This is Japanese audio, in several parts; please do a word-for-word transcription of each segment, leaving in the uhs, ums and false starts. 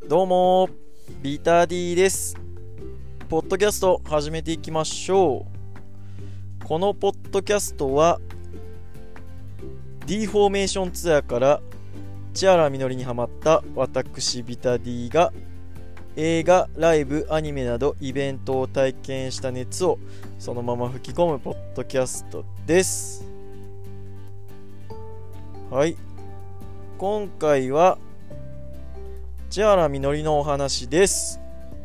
どうもビタディです。ポッドキャスト始めていきましょう。このポッドキャストは D フォーメーションツアーから千原みのりにハマった私ビタディが映画、ライブ、アニメなどイベントを体験した熱をそのまま吹き込むポッドキャストです。はい、今回は千原みのりのお話です。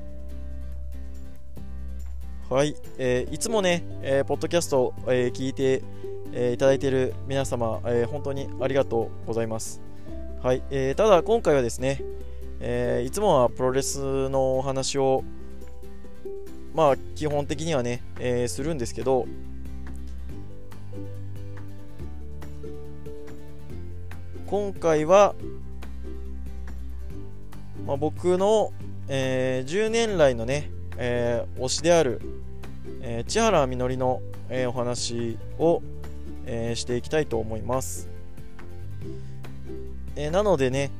はい、えー、いつもね、えー、ポッドキャストを、えー、聞いて、えー、いただいている皆様、えー、本当にありがとうございます。はい、えー、ただ今回はですね、えー、いつもはプロレスのお話をまあ基本的にはね、えー、するんですけど、今回は、まあ、僕の、えー、じゅうねん来のね、えー、推しである、えー、千原みのりの、えー、お話を、えー、していきたいと思います。えー、なのでね、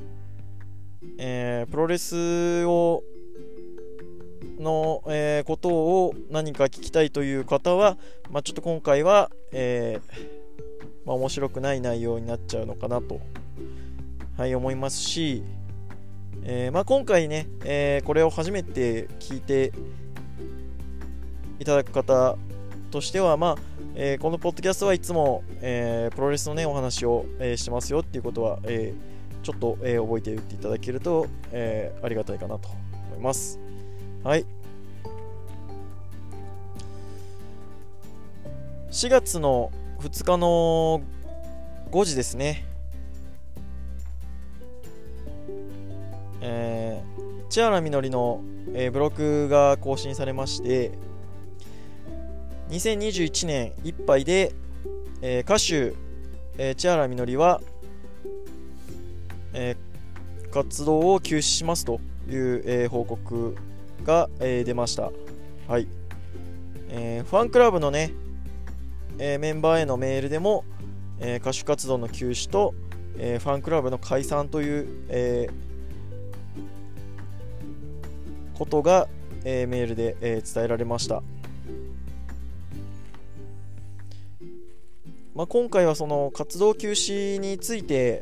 えー、プロレスをの、えー、ことを何か聞きたいという方は、まあ、ちょっと今回は、えーまあ、面白くない内容になっちゃうのかなと、はい、思いますし、えーまあ、今回ね、えー、これを初めて聞いていただく方としては、まあえー、このポッドキャストはいつも、えー、プロレスのねお話を、えー、してますよっていうことは、えー、ちょっと、えー、覚えておいていただけると、えー、ありがたいかなと思います。はい、しがつのふつかのごじですね、えー、千原みのりの、えー、ブログが更新されまして、にせんにじゅういちねんいっぱいで、えー、歌手、えー、千原みのりは、えー、活動を休止しますという、えー、報告が、えー、出ました。はい、えー、ファンクラブのね、えー、メンバーへのメールでも、えー、歌手活動の休止と、えー、ファンクラブの解散という、えー、ことが、えー、メールで、えー、伝えられました。まあ、今回はその活動休止について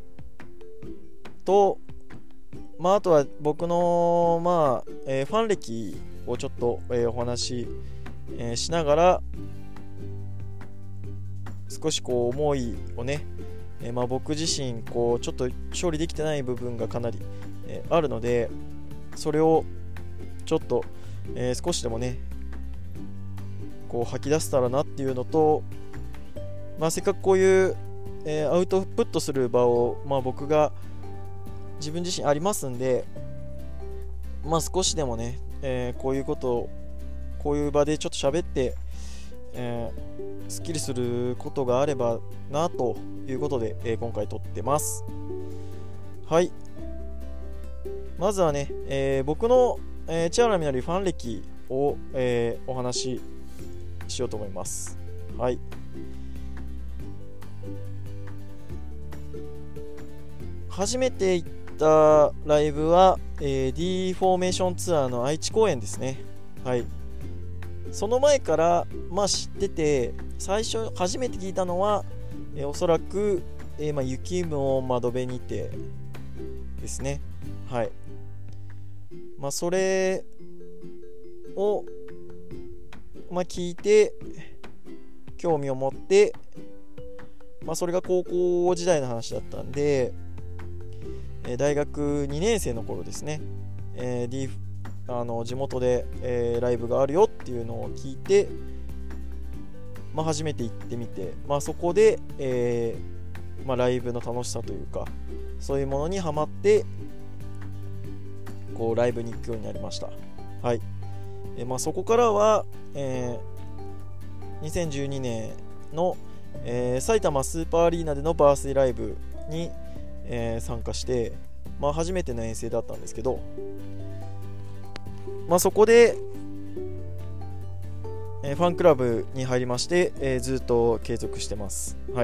と、まあ、あとは僕の、まあえー、ファン歴をちょっと、えー、お話し、えー、しながら少しこう思いをね、えーまあ、僕自身こうちょっと処理できてない部分がかなり、えー、あるので、それをちょっと、えー、少しでもねこう吐き出せたらなっていうのと、まあ、せっかくこういう、えー、アウトプットする場を、まあ、僕が自分自身ありますんで、まあ、少しでもね、えー、こういうことをこういう場でちょっと喋って、えー、スッキリすることがあればなということで、えー、今回撮ってます。はい、まずはね、えー、僕の、えー、千原みのりファン歴を、えー、お話ししようと思います。はい、初めて行ったライブは、えー、D フォーメーションツアーの愛知公演ですね。はい、その前からまあ知ってて、最初初めて聞いたのは、えー、おそらく、えー、まあ雪も窓辺にてですね。はい、まあそれをまあ聞いて興味を持って、まあそれが高校時代の話だったんで、えー、大学にねん生の頃ですね、えー、D あの地元で、えー、ライブがあるよっていうのを聞いて、まあ、初めて行ってみて、まあ、そこで、えーまあ、ライブの楽しさというかそういうものにハマってこうライブに行くようになりました。はい、えーまあ、そこからは、えー、にせんじゅうにねんの、えー、埼玉スーパーアリーナでのバースデーライブに、えー、参加して、まあ、初めての遠征だったんですけど、まあ、そこで、えー、ファンクラブに入りまして、えー、ずっと継続してます。はい、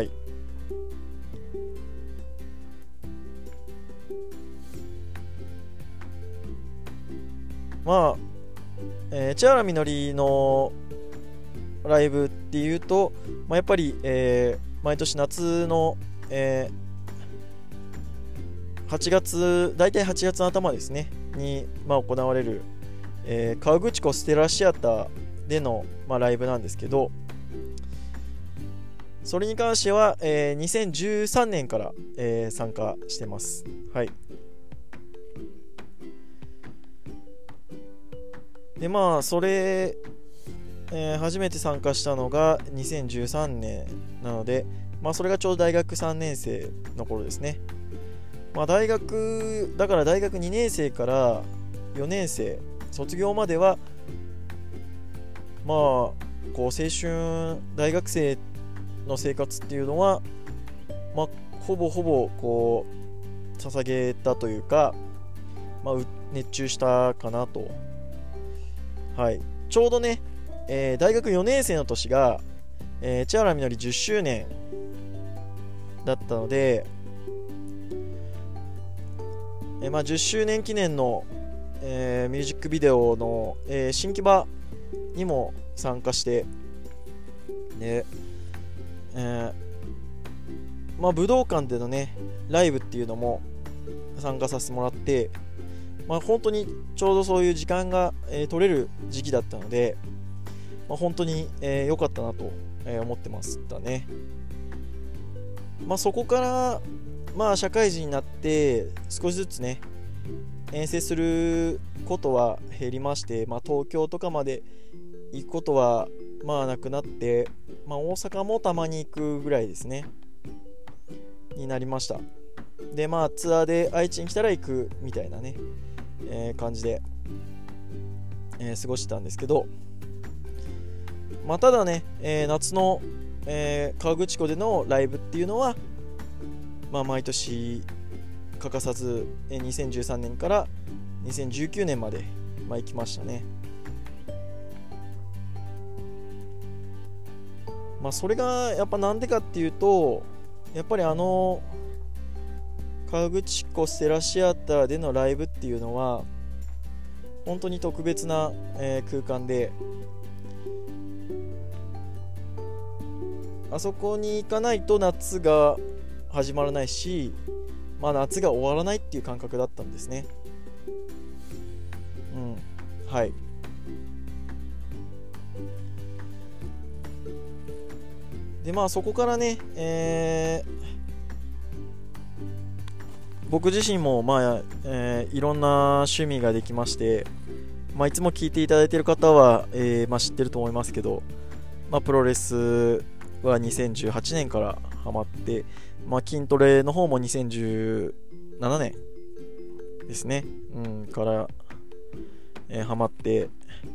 まあ、えー、千原みのりのライブっていうと、まあ、やっぱり、えー、毎年夏の、えー、はちがつ、大体はちがつの頭ですねに、まあ、行われる、えー、河口湖ステラシアターでの、まあ、ライブなんですけど、それに関しては、えー、にせんじゅうさんねんから、えー、参加してます。はい。でまあそれ、えー、初めて参加したのがにせんじゅうさんねんなので、まあそれがちょうど大学さんねん生の頃ですね。まあ大学だから大学にねん生からよねん生卒業までは、まあこう青春大学生の生活っていうのは、まあほぼほぼこう捧げたというか、まあ熱中したかなと。はい、ちょうどね、えー、大学よねん生の年が、えー、千原みのりじゅっしゅうねんだったので、えーまあ、じゅっしゅうねん記念の、えー、ミュージックビデオの、えー、新木場にも参加して、で、えーまあ、武道館でのねライブっていうのも参加させてもらって、まあ、本当にちょうどそういう時間が、えー、取れる時期だったので、まあ、本当に良、えー、かったなと、えー、思ってましたね。まあ、そこから、まあ、社会人になって少しずつね遠征することは減りまして、まあ、東京とかまで行くことはまあなくなって、まあ、大阪もたまに行くぐらいですねになりました。でまあツアーで愛知に来たら行くみたいなね、えー、感じで、えー、過ごしてたんですけど、まあ、ただね、えー、夏の、えー、河口湖でのライブっていうのは、まあ、毎年欠かさず、えー、にせんじゅうさんねんからにせんじゅうきゅうねんまで、まあ、行きましたね。まあ、それがやっぱなんでかっていうと、やっぱりあの河口湖ステラシアターでのライブっていうのは本当に特別な、えー、空間で、あそこに行かないと夏が始まらないし、まあ、夏が終わらないっていう感覚だったんですね。うん、はい。でまあそこからね、えー僕自身も、まあえー、いろんな趣味ができまして、まあ、いつも聞いていただいている方は、えーまあ、知ってると思いますけど、まあ、プロレスはにせんじゅうはちねんからハマって、まあ、筋トレの方もにせんじゅうななねんですね、うん、から、えー、ハマって、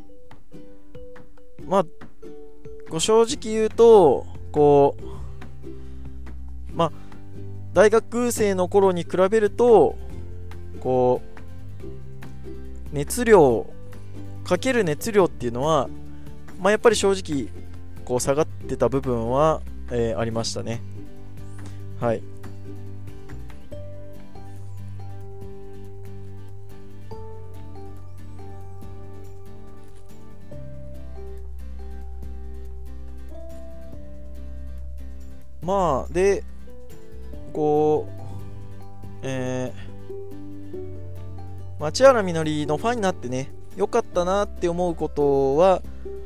まあご正直言うとこうまあ大学生の頃に比べるとこう熱量かける熱量っていうのは、まあ、やっぱり正直こう下がってた部分は、えー、ありましたね。はい。まあでこうえー、千原みのりのファンになってね良かったなって思うことは、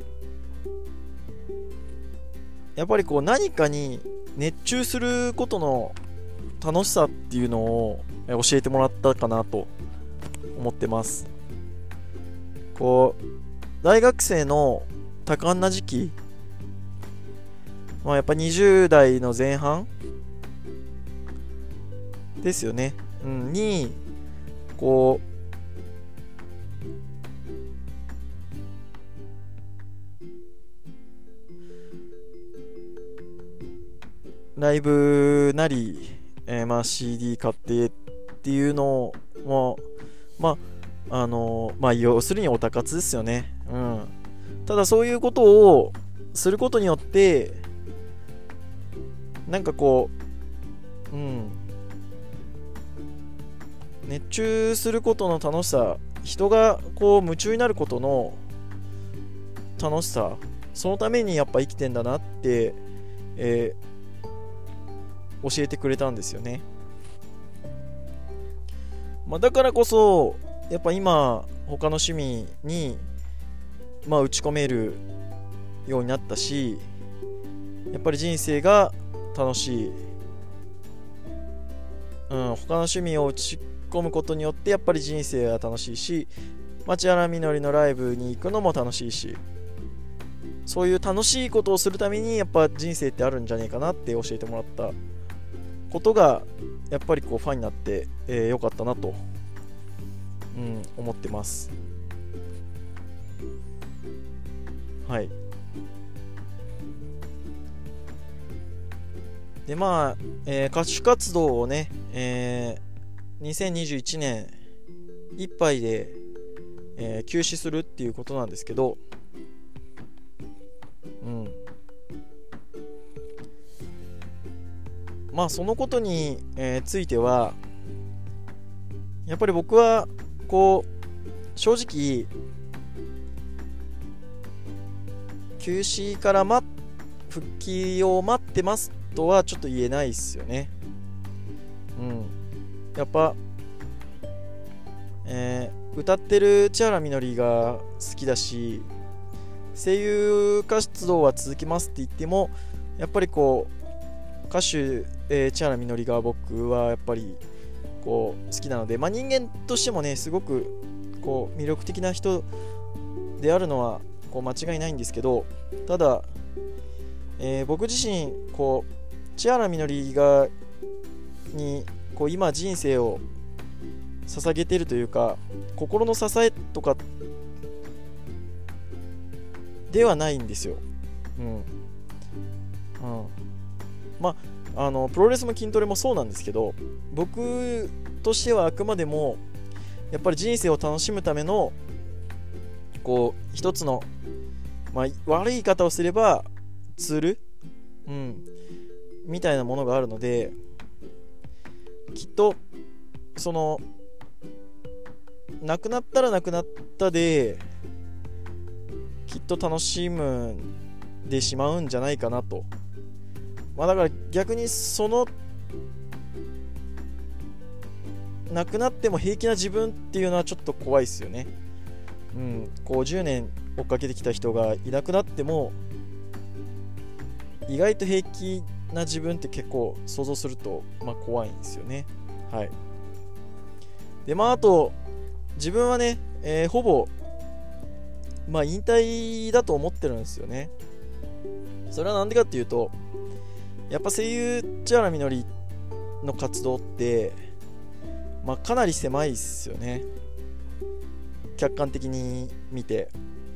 やっぱりこう何かに熱中することの楽しさっていうのを教えてもらったかなと思ってます。こう大学生の多感な時期、まあ、やっぱにじゅう代の前半ですよね、うん、にこうライブなり、えーまあ、シーディー 買ってっていうのもまああのー、まあ要するにオタ活ですよね、うん、ただそういうことをすることによってなんかこううん熱中することの楽しさ人がこう夢中になることの楽しさ、そのためにやっぱ生きてんだなって、えー、教えてくれたんですよね。まあ、だからこそやっぱ今他の趣味に、まあ、打ち込めるようになったし、やっぱり人生が楽しい、うん、他の趣味を打ち込むことによってやっぱり人生は楽しいし、町原みのりのライブに行くのも楽しいし、そういう楽しいことをするためにやっぱ人生ってあるんじゃねえかなって教えてもらったことがやっぱりこうファンになってえー、よかったなと、うん、思ってます。はい。でまあ、えー、歌手活動をね、えー、にせんにじゅういちねんいっぱいで、えー、休止するっていうことなんですけど、うん、まあそのことに、えー、ついてはやっぱり僕はこう正直休止から待復帰を待ってますとはちょっと言えないですよね。うん、やっぱ、えー、歌ってる千原みのりが好きだし、声優活動は続きますって言ってもやっぱりこう歌手、えー、千原みのりが僕はやっぱりこう好きなので、まあ、人間としてもねすごくこう魅力的な人であるのはこう間違いないんですけど、ただ、えー、僕自身こう千原みのりがにこう今人生を捧げているというか心の支えとかではないんですよ。うん、うん、まああのプロレスも筋トレもそうなんですけど、僕としてはあくまでもやっぱり人生を楽しむためのこう一つの、まあ、悪い言い方をすればツール、うん、みたいなものがあるので、きっとその亡くなったら亡くなったできっと楽しむでしまうんじゃないかなと。まあだから逆にその亡くなっても平気な自分っていうのはちょっと怖いですよね。うん、こうじゅうねん追っかけてきた人がいなくなっても意外と平気な自分って結構想像すると、まあ、怖いんですよね。はい。でまああと自分はね、えー、ほぼまあ引退だと思ってるんですよね。それはなんでかっていうとやっぱ声優千原みのりの活動ってまあかなり狭いっすよね、客観的に見て。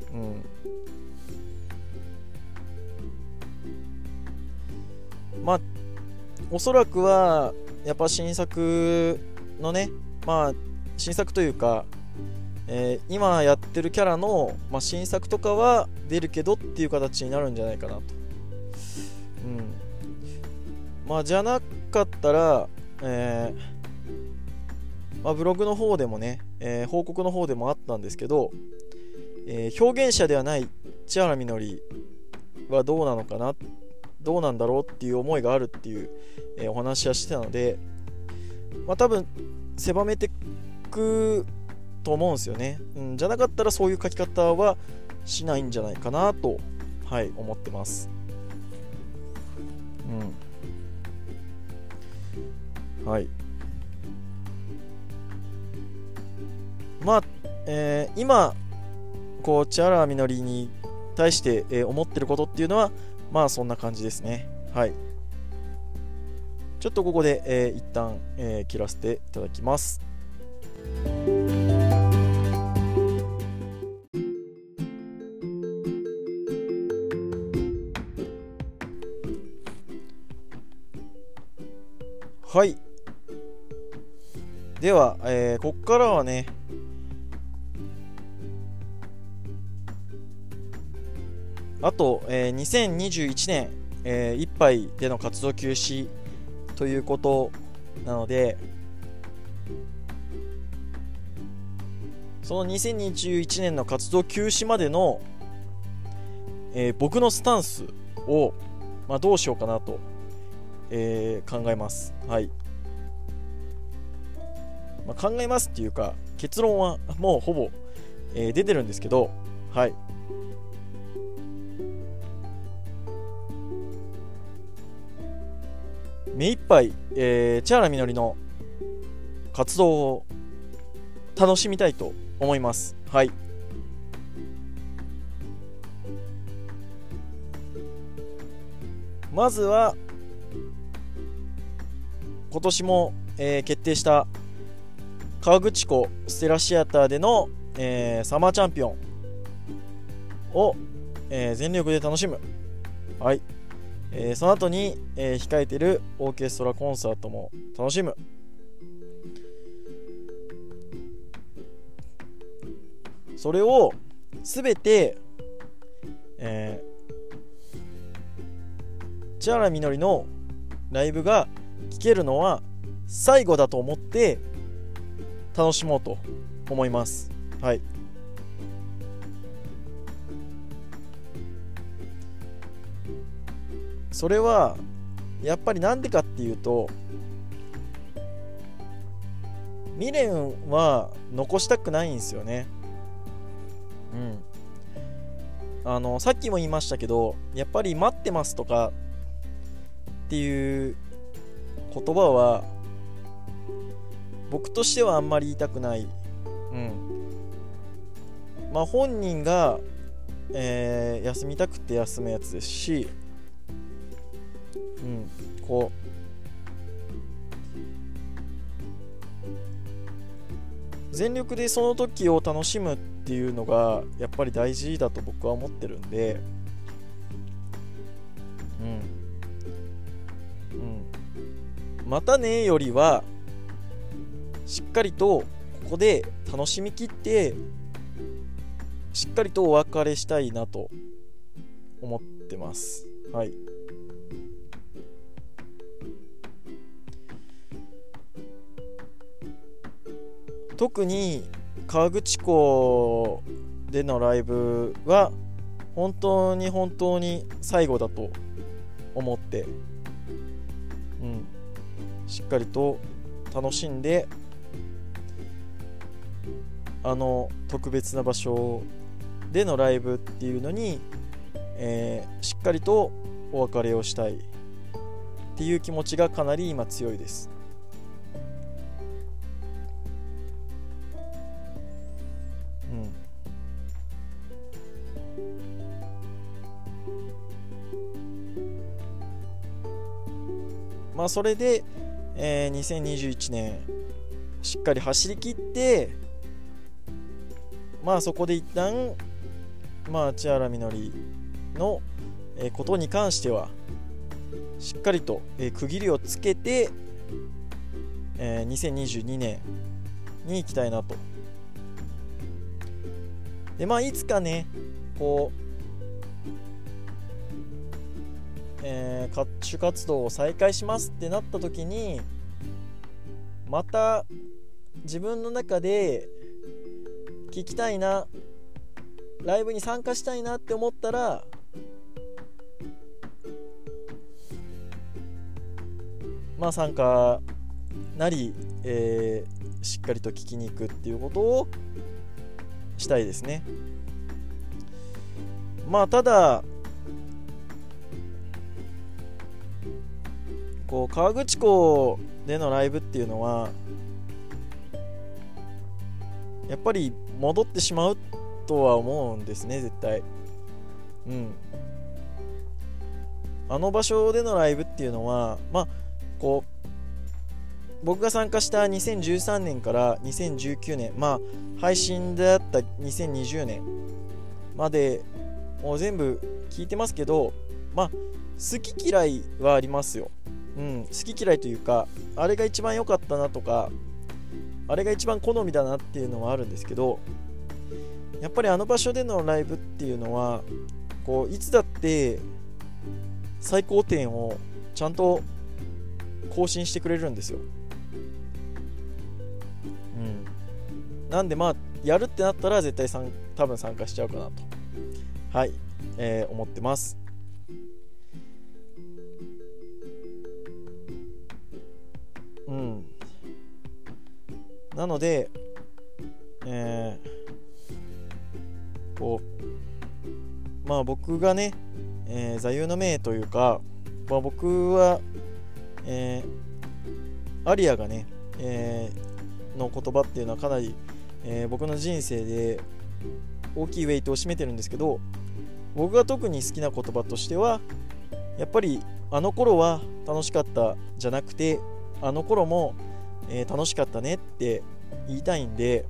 うん、まあおそらくはやっぱ新作のね、まあ新作というか、えー、今やってるキャラの、まあ、新作とかは出るけどっていう形になるんじゃないかなと。うん、まあじゃなかったら、えーまあ、ブログの方でもね、えー、報告の方でもあったんですけど、えー、表現者ではない千原みのりはどうなのかな、どうなんだろうっていう思いがあるっていう、えー、お話はしてたので、まあ多分狭めてくと思うんですよね。うん、じゃなかったらそういう書き方はしないんじゃないかなと、はい、思ってます。うん、はい。まあ、えー、今こう千原みのりに対して、えー、思ってることっていうのはまあそんな感じですね。はい。ちょっとここで、えー、一旦、えー、切らせていただきます。はい。では、えー、ここからはね、あと、えー、にせんにじゅういちねん、えー、いっぱいでの活動休止ということなので、 そのにせんにじゅういちねんの活動休止までの、えー、僕のスタンスを、まあ、どうしようかなと、えー、考えます。はい、まあ、考えますっていうか結論はもうほぼ、えー、出てるんですけど、はい、目いっぱい、えー、千原みのりの活動を楽しみたいと思います。はい。まずは今年も、えー、決定した河口湖ステラシアターでの、えー、サマーチャンピオンを、えー、全力で楽しむ。はい。えー、その後に、えー、控えているオーケストラコンサートも楽しむ。それをすべて、えー、千原みのりのライブが聴けるのは最後だと思って楽しもうと思います。はい。それはやっぱりなんでかっていうと、未練は残したくないんですよね。うん、あのさっきも言いましたけど、やっぱり待ってますとかっていう言葉は僕としてはあんまり言いたくない。うん、まあ本人が、えー、休みたくて休むやつですし、うん、こう全力でその時を楽しむっていうのがやっぱり大事だと僕は思ってるんで、うん、うん、またねよりはしっかりとここで楽しみきってしっかりとお別れしたいなと思ってます。はい。特に河口湖でのライブは本当に本当に最後だと思って、うん、しっかりと楽しんで、あの特別な場所でのライブっていうのに、えー、しっかりとお別れをしたいっていう気持ちがかなり今強いです。まあそれで、えー、にせんにじゅういちねんしっかり走り切って、まあそこで一旦まあ千原みのりの、えー、ことに関してはしっかりと、えー、区切りをつけて、えー、にせんにじゅうにねんに行きたいなと。でまあいつかねこうえー、歌手活動を再開しますってなった時にまた自分の中で聴きたいな、ライブに参加したいなって思ったらまあ参加なり、えー、しっかりと聴きに行くっていうことをしたいですね。まあただこう河口湖でのライブっていうのはやっぱり戻ってしまうとは思うんですね、絶対。うん。あの場所でのライブっていうのはまあこう僕が参加したにせんじゅうさんねんからにせんじゅうきゅうねん、まあ配信であったにせんにじゅうねんまでもう全部聞いてますけど、まあ好き嫌いはありますよ。うん、好き嫌いというかあれが一番良かったなとかあれが一番好みだなっていうのはあるんですけど、やっぱりあの場所でのライブっていうのはこういつだって最高点をちゃんと更新してくれるんですよ。うん、なんでまあやるってなったら絶対さん多分参加しちゃうかなと、はい、えー思ってます。うん。なので、えー、こう、まあ僕がね、えー座右の銘というか、まあ、僕は、えーアリアがね、えーの言葉っていうのはかなり、えー僕の人生で大きいウェイトを占めてるんですけど、僕が特に好きな言葉としてはやっぱりあの頃は楽しかったじゃなくて、あの頃も、えー楽しかったねって言いたいんで、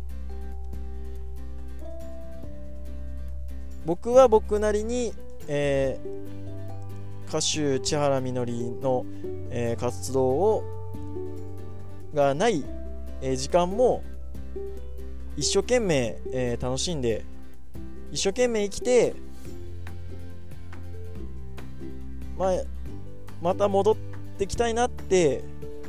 僕は僕なりに、えー歌手千原みのりの、えー活動をがない、えー時間も一生懸命、えー楽しんで一生懸命生きて、まあ、また戻ってきたいなって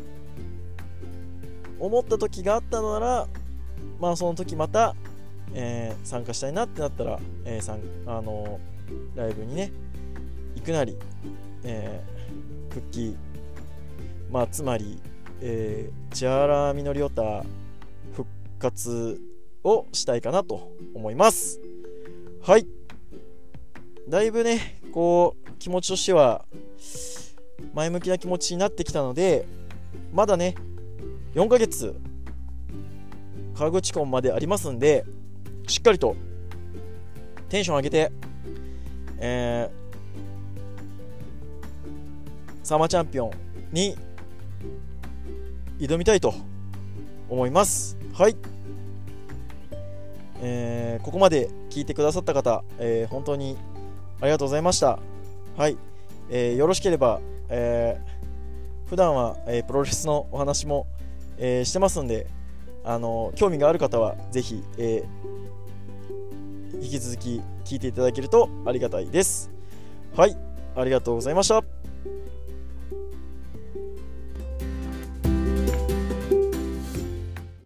思った時があったのなら、まあその時また、えー参加したいなってなったら、えー、さんあのーライブにね行くなり、えー復帰、まあつまり、えー、千原みのりオタ復活をしたいかなと思います。はい、だいぶねこう気持ちとしては前向きな気持ちになってきたので、まだねよんかげつ川口コンまでありますんで、しっかりとテンション上げて、えー、サマーチャンピオンに挑みたいと思います。はい、えーここまで聞いてくださった方、えー本当にありがとうございました。はい、えーよろしければ、えー普段は、えープロレスのお話も、えーしてますんで、あのー興味がある方はぜひ、えー引き続き聞いていただけるとありがたいです。はい、ありがとうございました。